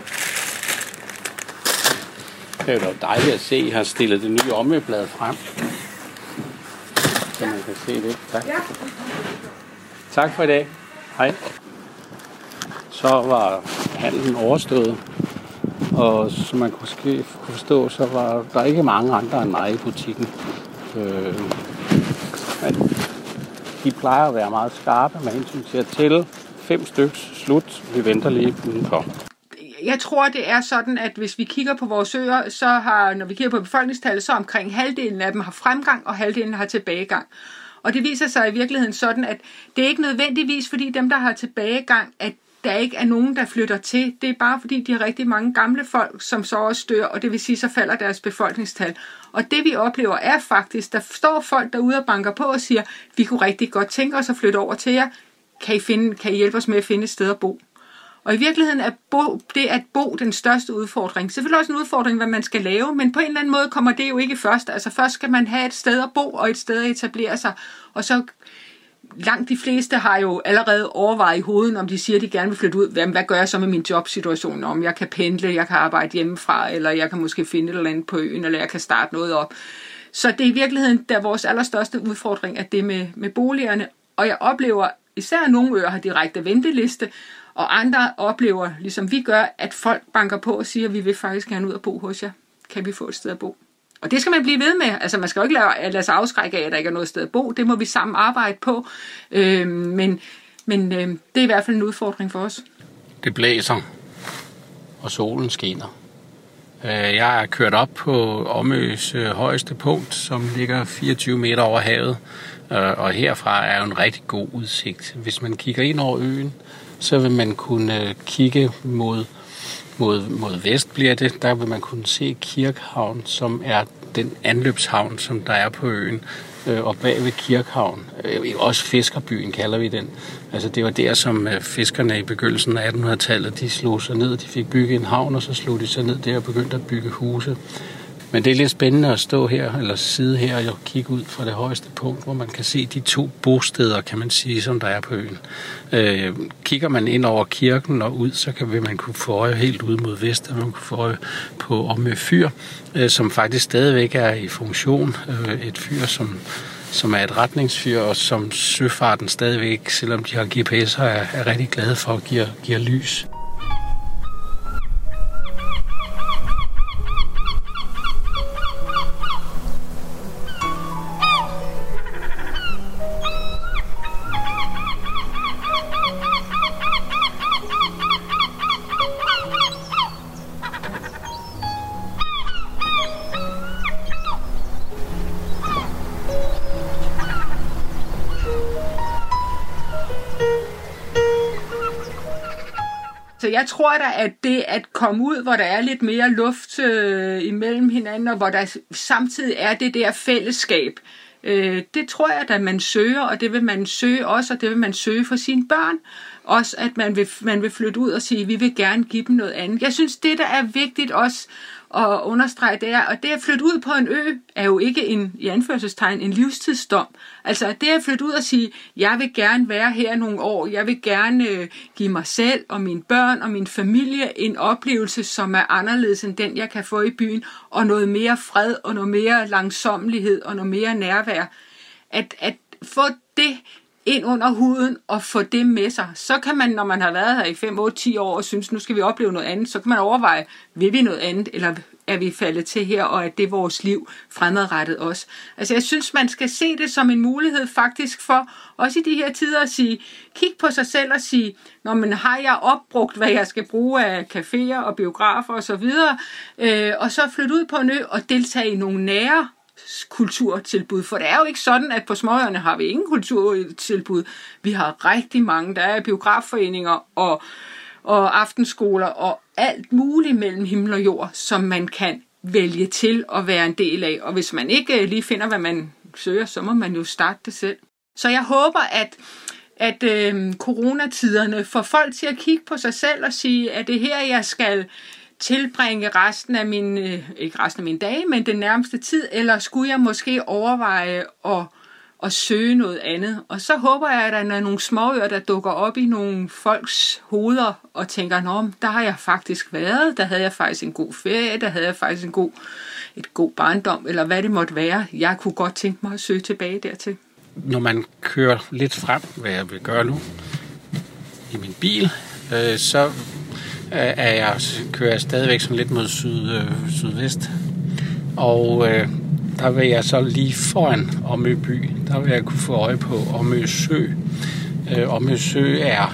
Det er jo dejligt at se, at I har stillet det nye Omøblad frem. Så man kan se det. Tak. Tak for i dag. Hej. Så var handlen overstået. Og som man kunne forstå, så var der ikke mange andre end mig i butikken. Men de plejer at være meget skarpe med hensyn til at tælle 5 styks slut. Vi venter lige udenfor. Jeg tror, det er sådan, at hvis vi kigger på vores øer, når vi kigger på befolkningstallet, så omkring halvdelen af dem har fremgang, og halvdelen har tilbagegang. Og det viser sig i virkeligheden sådan, at det er ikke nødvendigvis, fordi dem, der har tilbagegang, at der ikke er nogen, der flytter til. Det er bare fordi, de har rigtig mange gamle folk, som så også dør, og det vil sige, så falder deres befolkningstal. Og det vi oplever er faktisk, der står folk derude og banker på og siger, vi kunne rigtig godt tænke os at flytte over til jer. Kan I hjælpe os med at finde et sted at bo? Og i virkeligheden er det at bo den største udfordring. Selvfølgelig også en udfordring, hvad man skal lave, men på en eller anden måde kommer det jo ikke først. Altså først skal man have et sted at bo og et sted at etablere sig, og så langt de fleste har jo allerede overvejet i hovedet, om de siger, at de gerne vil flytte ud. Hvad gør jeg så med min jobsituation? Om jeg kan pendle, jeg kan arbejde hjemmefra, eller jeg kan måske finde et eller andet på øen, eller jeg kan starte noget op. Så det er i virkeligheden, der vores allerstørste udfordring, at det med boligerne. Og jeg oplever, især nogle øer har direkte venteliste, og andre oplever, ligesom vi gør, at folk banker på og siger, at vi vil faktisk gerne ud og bo hos jer. Kan vi få et sted at bo? Og det skal man blive ved med. Altså, man skal jo ikke lade sig afskrække af, at der ikke er noget sted at bo. Det må vi sammen arbejde på. Men det er i hvert fald en udfordring for os. Det blæser, og solen skinner. Jeg er kørt op på Omøs højeste punkt, som ligger 24 meter over havet. Og herfra er jo en rigtig god udsigt. Hvis man kigger ind over øen, så vil man kunne kigge mod vest, bliver det. Der vil man kunne se Kirkehavn, som er den anløbshavn, som der er på øen. Og bag ved Kirkehavn, også Fiskerbyen kalder vi den. Altså det var der, som fiskerne i begyndelsen af 1800-tallet, de slog sig ned. De fik bygget en havn, og så slog de sig ned der og begyndte at bygge huse. Men det er lidt spændende at stå her, eller sidde her og kigge ud fra det højeste punkt, hvor man kan se de 2 bosteder, kan man sige, som der er på øen. Kigger man ind over kirken og ud, så vil man kunne få øje helt ud mod vest, og man kunne få øje på Omø Fyr, som faktisk stadigvæk er i funktion. Et fyr, som er et retningsfyr, og som søfarten stadigvæk, selvom de har GPS'er, er rigtig glade for at give lys. Så jeg tror da, at det at komme ud, hvor der er lidt mere luft imellem hinanden, og hvor der samtidig er det der fællesskab, det tror jeg, at man søger, og det vil man søge også, og det vil man søge for sine børn. Også at man vil flytte ud og sige, at vi vil gerne give dem noget andet. Jeg synes, det der er vigtigt også at understrege, det er, og det at flytte ud på en ø, er jo ikke i anførselstegn en livstidsdom. Altså det at flytte ud og sige, jeg vil gerne være her nogle år, jeg vil gerne give mig selv og mine børn og min familie en oplevelse, som er anderledes end den, jeg kan få i byen, og noget mere fred og noget mere langsommelighed og noget mere nærvær. At få det ind under huden og få det med sig. Så kan man, når man har været her i 5, 8, 10 år og synes, nu skal vi opleve noget andet, så kan man overveje, vil vi noget andet, eller er vi faldet til her, og er det vores liv fremadrettet også. Altså jeg synes, man skal se det som en mulighed faktisk for, også i de her tider, at sige, kig på sig selv og sige, når man har jeg opbrugt, hvad jeg skal bruge af caféer og biografer osv., og så flytte ud på en ø og deltage i nogle nære kulturtilbud, for det er jo ikke sådan, at på småøerne har vi ingen kulturtilbud. Vi har rigtig mange. Der er biografforeninger og aftenskoler og alt muligt mellem himmel og jord, som man kan vælge til at være en del af. Og hvis man ikke lige finder, hvad man søger, så må man jo starte det selv. Så jeg håber, at coronatiderne får folk til at kigge på sig selv og sige, at det her, jeg skal tilbringe resten af ikke resten af mine dage, men den nærmeste tid, eller skulle jeg måske overveje at søge noget andet. Og så håber jeg, at der er nogle småøer, der dukker op i nogle folks hoveder og tænker, nå, der har jeg faktisk været, der havde jeg faktisk en god ferie, der havde jeg faktisk et god barndom, eller hvad det måtte være. Jeg kunne godt tænke mig at søge tilbage dertil. Når man kører lidt frem, hvad jeg vil gøre nu, i min bil, så kører jeg stadigvæk sådan lidt mod sydvest. Og der vil jeg så lige foran Omø by, der vil jeg kunne få øje på Omø Sø. Omø Sø er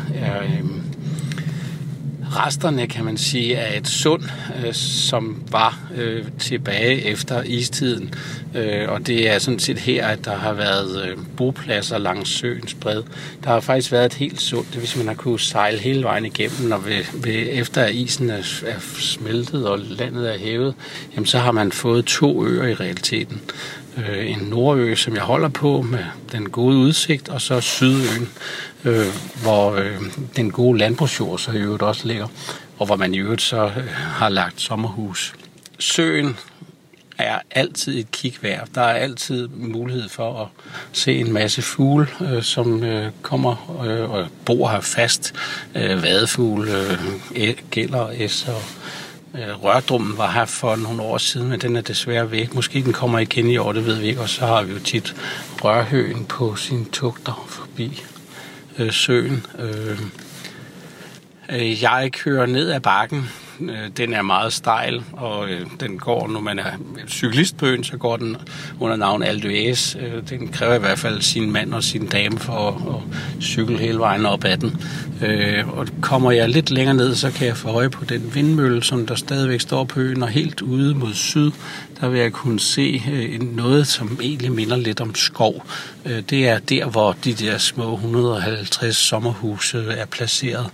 resterne, kan man sige, af et sund, som var tilbage efter istiden. Og det er sådan set her, at der har været bopladser langs søens bred. Der har faktisk været et helt sund, hvis man har kunne sejle hele vejen igennem, og efter at isen er smeltet og landet er hævet, jamen så har man fået 2 øer i realiteten. En nordø, som jeg holder på med den gode udsigt, og så Sydøen, hvor den gode landbrugsjord så i øvrigt også ligger, og hvor man i øvrigt så har lagt sommerhus. Søen er altid et kig værd. Der er altid mulighed for at se en masse fugle, som kommer og bor her fast. Vadefugle, gælder, æs og rørdrummen var her for nogle år siden, men den er desværre væk. Måske den kommer igen i år, det ved vi ikke. Og så har vi jo tit rørhøgen på sine tugter forbi søen. Jeg kører ned ad bakken den er meget stejl, og den går, når man er cyklist på øen, så går den under navn Alpe d'Huez. Den kræver i hvert fald sin mand og sin dame for at cykle hele vejen op ad den. Og kommer jeg lidt længere ned, så kan jeg få øje på den vindmølle, som der stadigvæk står på øen, og helt ude mod syd, der vil jeg kunne se noget, som egentlig minder lidt om skov. Det er der, hvor de der små 150 sommerhuse er placeret.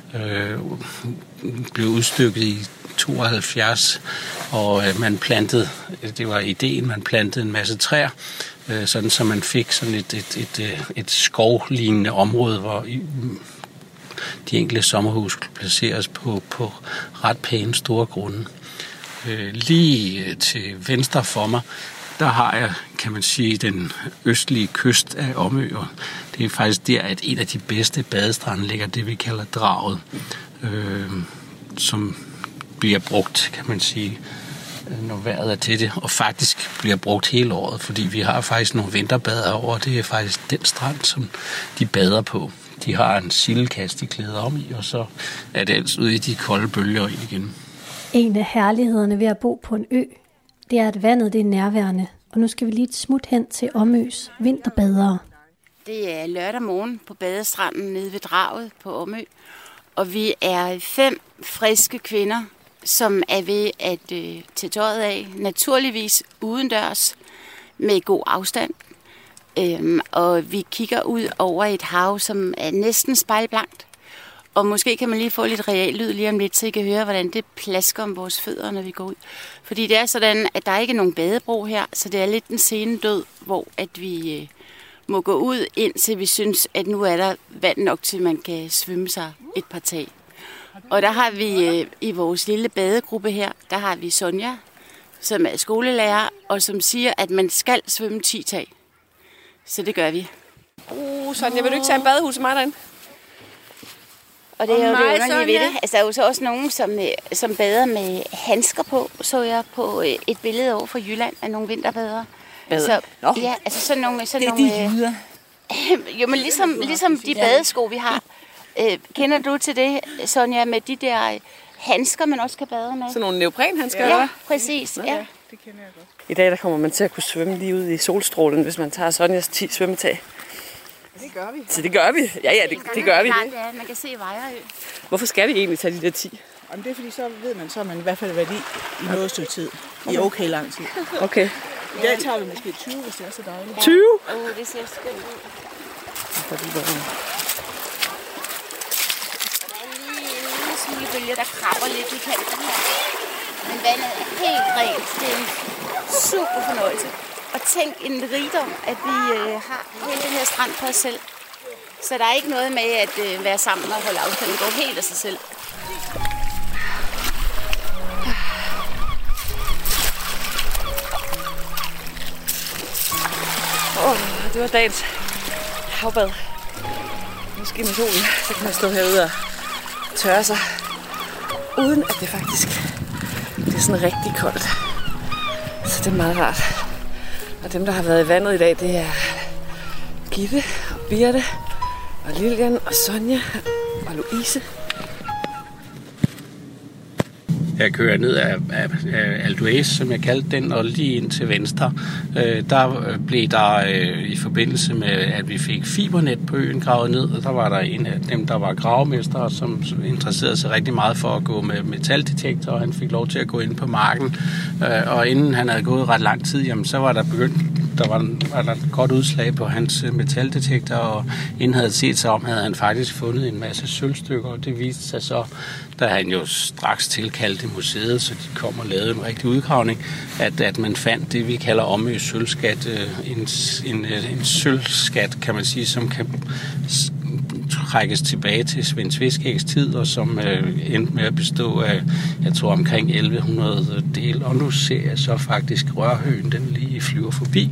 Blev udstykket i 72, og man plantede, det var ideen, man plantede en masse træer, sådan så man fik sådan et skovlignende område, hvor de enkelte sommerhus placeres på ret pæne store grunde. Lige til venstre for mig, der har jeg, kan man sige, den østlige kyst af Omø. Det er faktisk der, at en af de bedste badestrande ligger, det vi kalder Draget, som bliver brugt, kan man sige, når vejret er til det, og faktisk bliver brugt hele året, fordi vi har faktisk nogle vinterbader over, det er faktisk den strand, som de bader på. De har en sildekast, de klæder om i, og så er det altså ude i de kolde bølger igen. En af herlighederne ved at bo på en ø, det er, at vandet det er nærværende. Og nu skal vi lige et smut hen til Omøs vinterbadere. Det er lørdag morgen på badestranden nede ved Draget på Omø. Og vi er 5 friske kvinder, som er ved at tage tøjet af. Naturligvis udendørs med god afstand. Og vi kigger ud over et hav, som er næsten spejlblankt. Og måske kan man lige få lidt reallyd lige om lidt, så I kan høre, hvordan det plasker om vores fødder, når vi går ud. Fordi det er sådan, at der ikke er nogen badebro her, så det er lidt en sene død, hvor at vi må gå ud, indtil vi synes, at nu er der vand nok til, at man kan svømme sig et par tag. Og der har vi i vores lille badegruppe her, der har vi Sonja, som er skolelærer, og som siger, at man skal svømme 10 tag. Så det gør vi. Sonja, vil du ikke tage en badehus med mig derinde? Og det er jo det underlige ved det. Altså, der er jo så også nogen, som bader med handsker på, så jeg på et billede over fra Jylland af nogle vinterbadere. Så, ja, altså sådan nogle... Det er de jyder. Jo, men ligesom de badesko, vi har. Kender du til det, Sonja, med de der handsker, man også kan bade med? Sådan nogle neoprenhandsker, ja, præcis. Ja, det kender jeg godt. I dag der kommer man til at kunne svømme lige ud i solstrålen, hvis man tager Sonjas 10 svømmetag. Det gør vi. Så det gør vi. Ja, det gør vi. Ja, man kan se Vejrø. Hvorfor skal vi egentlig tage de der 10? Jamen, det er fordi, så ved man, så man i hvert fald været i noget stykke tid. I okay lang tid. Okay. I dag tager vi måske 20, hvis det er så dejligt. 20? Det ser skønt ud. Der er lige en lille smule bølger, der krabber lidt i kanten her. Men vandet er helt rent. Det er en super fornøjelse. Og tænk en rigdom, at vi har hele den her strand på os selv. Så der er ikke noget med at være sammen og holde afstand. Det går helt af sig selv. Det var dagens havbad. Måske med solen, så kan man stå herude og tørre sig. Uden at det faktisk det er sådan rigtig koldt. Så det er meget rart. Og dem, der har været i vandet i dag, det er Gitte og Birte og Lilian og Sonja og Louise. Jeg kører ned af Alpe d'Huez, som jeg kaldte den, og lige ind til venstre. Der blev der i forbindelse med, at vi fik fibernet på øen gravet ned, og der var der en af dem, der var gravemester, som interesserede sig rigtig meget for at gå med metaldetektor, og han fik lov til at gå ind på marken. Og inden han havde gået ret lang tid, jamen, så var der begyndt, var der et godt udslag på hans metaldetektor, og inden havde set sig om, havde han faktisk fundet en masse sølvstykker, og det viste sig så, da han jo straks tilkaldte museet, så de kom og lavede en rigtig udgravning, at man fandt det, vi kalder Omøs sølvskat, en sølvskat, kan man sige, som kan trækkes tilbage til Svend Tveskægs tid, og som endte med at bestå af, jeg tror, omkring 1100 dele. Og nu ser jeg så faktisk Rørhøen, den lige flyver forbi.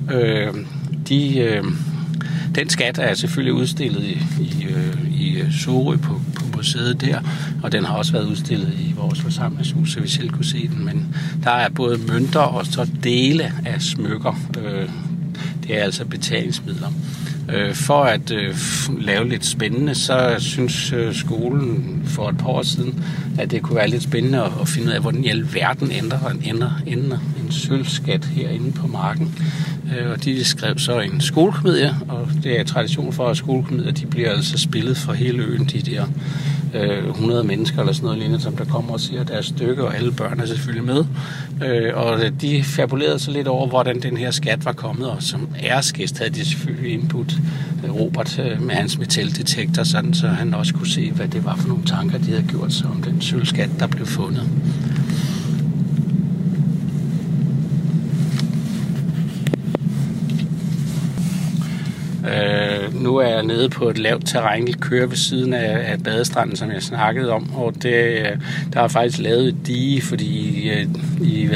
Den skat er selvfølgelig udstillet i Sorø på museet der, og den har også været udstillet i vores forsamlingshus, så vi selv kunne se den. Men der er både mønter og så dele af smykker. det er altså betalingsmidler. For at lave lidt spændende, så synes skolen for et par år siden, at det kunne være lidt spændende at finde ud af, hvordan i alverden ender en sølvskat herinde på marken. Og de skrev så en skolekomedie, og det er tradition for, at skolekomedier, de bliver altså spillet for hele øen, de der 100 mennesker eller sådan noget lignende, som der kommer og ser deres stykke, og alle børn er selvfølgelig med. Og de fabulerede så lidt over, hvordan den her skat var kommet, og som æresgæst havde de selvfølgelig input Robert med hans metaldetektor, sådan så han også kunne se, hvad det var for nogle tanker, de havde gjort sig om den sølvskat, der blev fundet. Nu er jeg nede på et lavt terræn, kører ved siden af badestranden, som jeg snakkede om, og der er faktisk lavet et dige, fordi i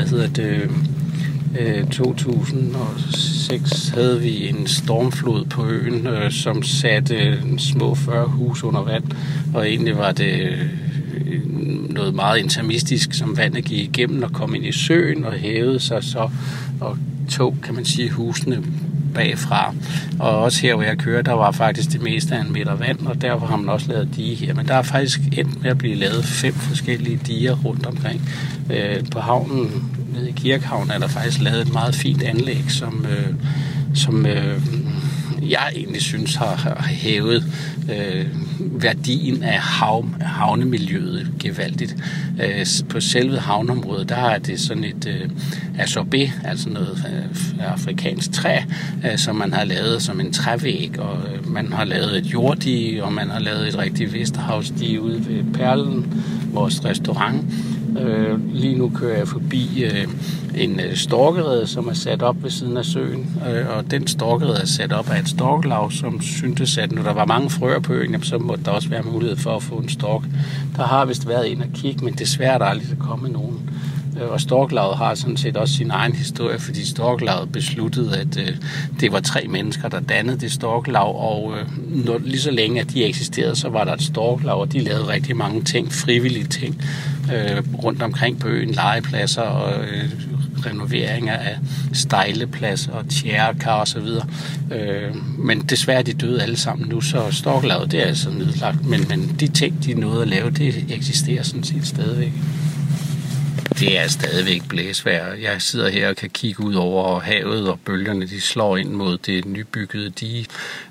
2006 havde vi en stormflod på øen, som satte små 40 huse under vand, og egentlig var det noget meget intermistisk, som vandet gik igennem og kom ind i søen og hævede sig så og tog, kan man sige, husene bagfra. Og også her, hvor jeg kører, der var faktisk det meste af 1 meter vand, og derfor har man også lavet dige her. Men der er faktisk endt med at blive lavet 5 forskellige diger rundt omkring. På havnen, nede i Kirkehavn, er der faktisk lavet et meget fint anlæg, som jeg egentlig synes har hævet værdien af havnemiljøet gevaldigt. På selve havneområdet, der er det sådan et asorbé, altså noget afrikansk træ, som man har lavet som en trævæg, og man har lavet et jorddige, og man har lavet et rigtig Vesterhavsdige ude ved Perlen, vores restaurant. Lige nu kører jeg forbi en storkerede, som er sat op ved siden af søen, og den storkerede er sat op af et storkelav, som syntes, at når der var mange frøer på øen, så måtte der også være mulighed for at få en stork. Der har vist været en at kigge, men desværre er der aldrig kommet nogen. Og storkelavet har sådan set også sin egen historie, fordi storkelavet besluttede, at det var 3 mennesker, der dannede det storkelav, og lige så længe at de eksisterede, så var der et storkelav, og de lavede rigtig mange ting, frivillige ting, rundt omkring på øen, legepladser og renoveringer af stejlepladser og tjærekar og så videre. Men desværre de døde alle sammen nu, så storkelavet, det er altså nedlagt, men de ting, de nåede at lave, det eksisterer sådan set stadigvæk. Det er stadigvæk blæsvejr. Jeg sidder her og kan kigge ud over havet, og bølgerne de slår ind mod det nybyggede dige.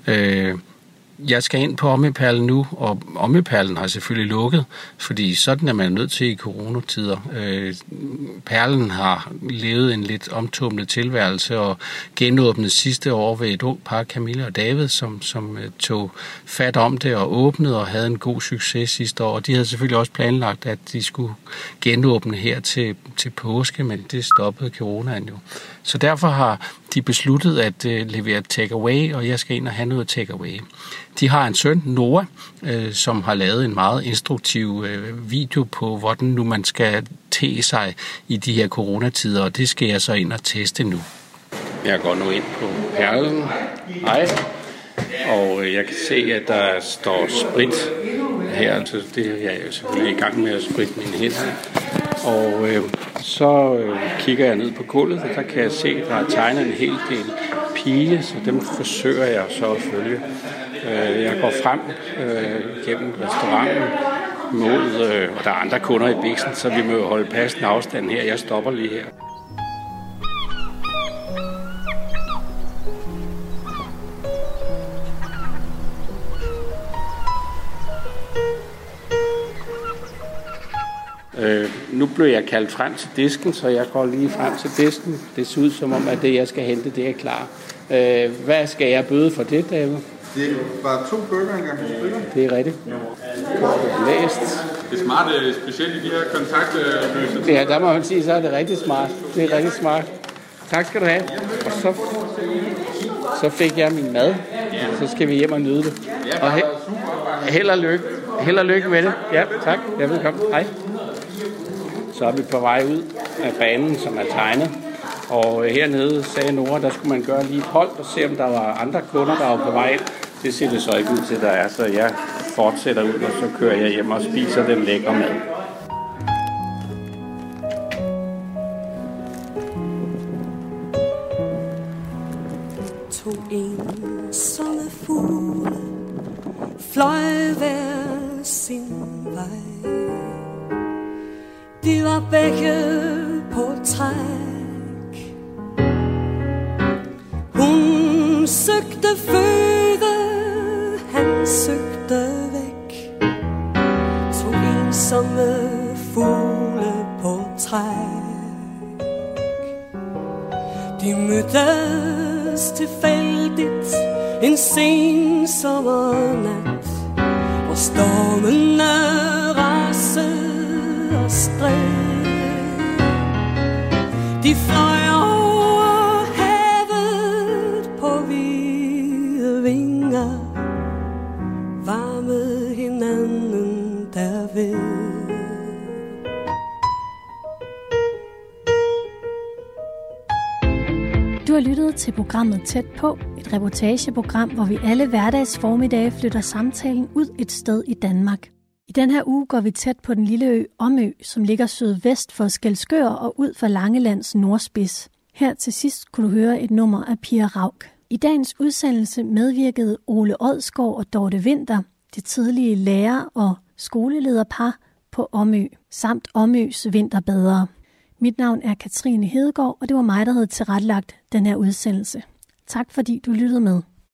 Jeg skal ind på Omøperlen nu, og Omøperlen har selvfølgelig lukket, fordi sådan er man nødt til i coronatider. Perlen har levet en lidt omtumlet tilværelse og genåbnet sidste år ved et ungt par, Camilla og David, som tog fat om det og åbnede og havde en god succes sidste år. Og de havde selvfølgelig også planlagt, at de skulle genåbne her til påske, men det stoppede coronaen jo. Så derfor har de besluttet at levere take-away, og jeg skal ind og have noget take-away. De har en søn, Noah, som har lavet en meget instruktiv video på, hvordan nu man skal te sig i de her coronatider, og det skal jeg så ind og teste nu. Jeg går nu ind på Perlen. Hej. Og jeg kan se, at der står sprit her. Altså det er jeg jo selvfølgelig i gang med at spritte mine hænder. Og så kigger jeg ned på gulvet, og der kan jeg se, at der er tegnet en hel del pile, så dem forsøger jeg så at følge. Jeg går frem gennem restauranten mod, og der er andre kunder i biksen, så vi må holde passende afstand her. Jeg stopper lige her. Nu blev jeg kaldt frem til disken, så jeg går lige frem til disken. Det ser ud som om, at det, jeg skal hente, det er klar. Hvad skal jeg bøde for det, David? Det var 2 burger engang. Det er rigtigt. Læst. Det er smart, specielt i de her kontaktløse. Ja, der må man sige, så er det rigtig smart. Det er rigtig smart. Tak skal du have. Og så fik jeg min mad. Så skal vi hjem og nyde det. Og held og lykke. Held og lykke med det. Ja, tak. Ja, velkommen. Hej. Så er vi på vej ud af banen, som er tegnet. Og hernede sagde Nora, der skulle man gøre lige et hold og se, om der var andre kunder, der var på vej ind. Det ser det så ikke ud til, der er, så jeg fortsætter ud, og så kører jeg hjem og spiser den lækre mad. ensomme fugle fløj hver sin vej. De var begge på træk. Hun søgte føde, han søgte væk. To ensomme fugle på træk. De mødtes tilfældigt en sen sommernat, hvor stormene rasede og stred. De fløj over havet på hvide vinger, varmede hinanden derved. Du har lyttet til programmet Tæt på, et reportageprogram, hvor vi alle hverdags formiddag flytter samtalen ud et sted i Danmark. I den her uge går vi tæt på den lille ø Omø, som ligger sydvest for Skælskør og ud for Langelands nordspids. Her til sidst kunne du høre et nummer af Pia Rauk. I dagens udsendelse medvirkede Ole Odsgaard og Dorte Winther, det tidlige lærer- og skolelederpar på Omø, samt Omøs vinterbadere. Mit navn er Katrine Hedegaard, og det var mig, der havde tilrettelagt den her udsendelse. Tak fordi du lyttede med.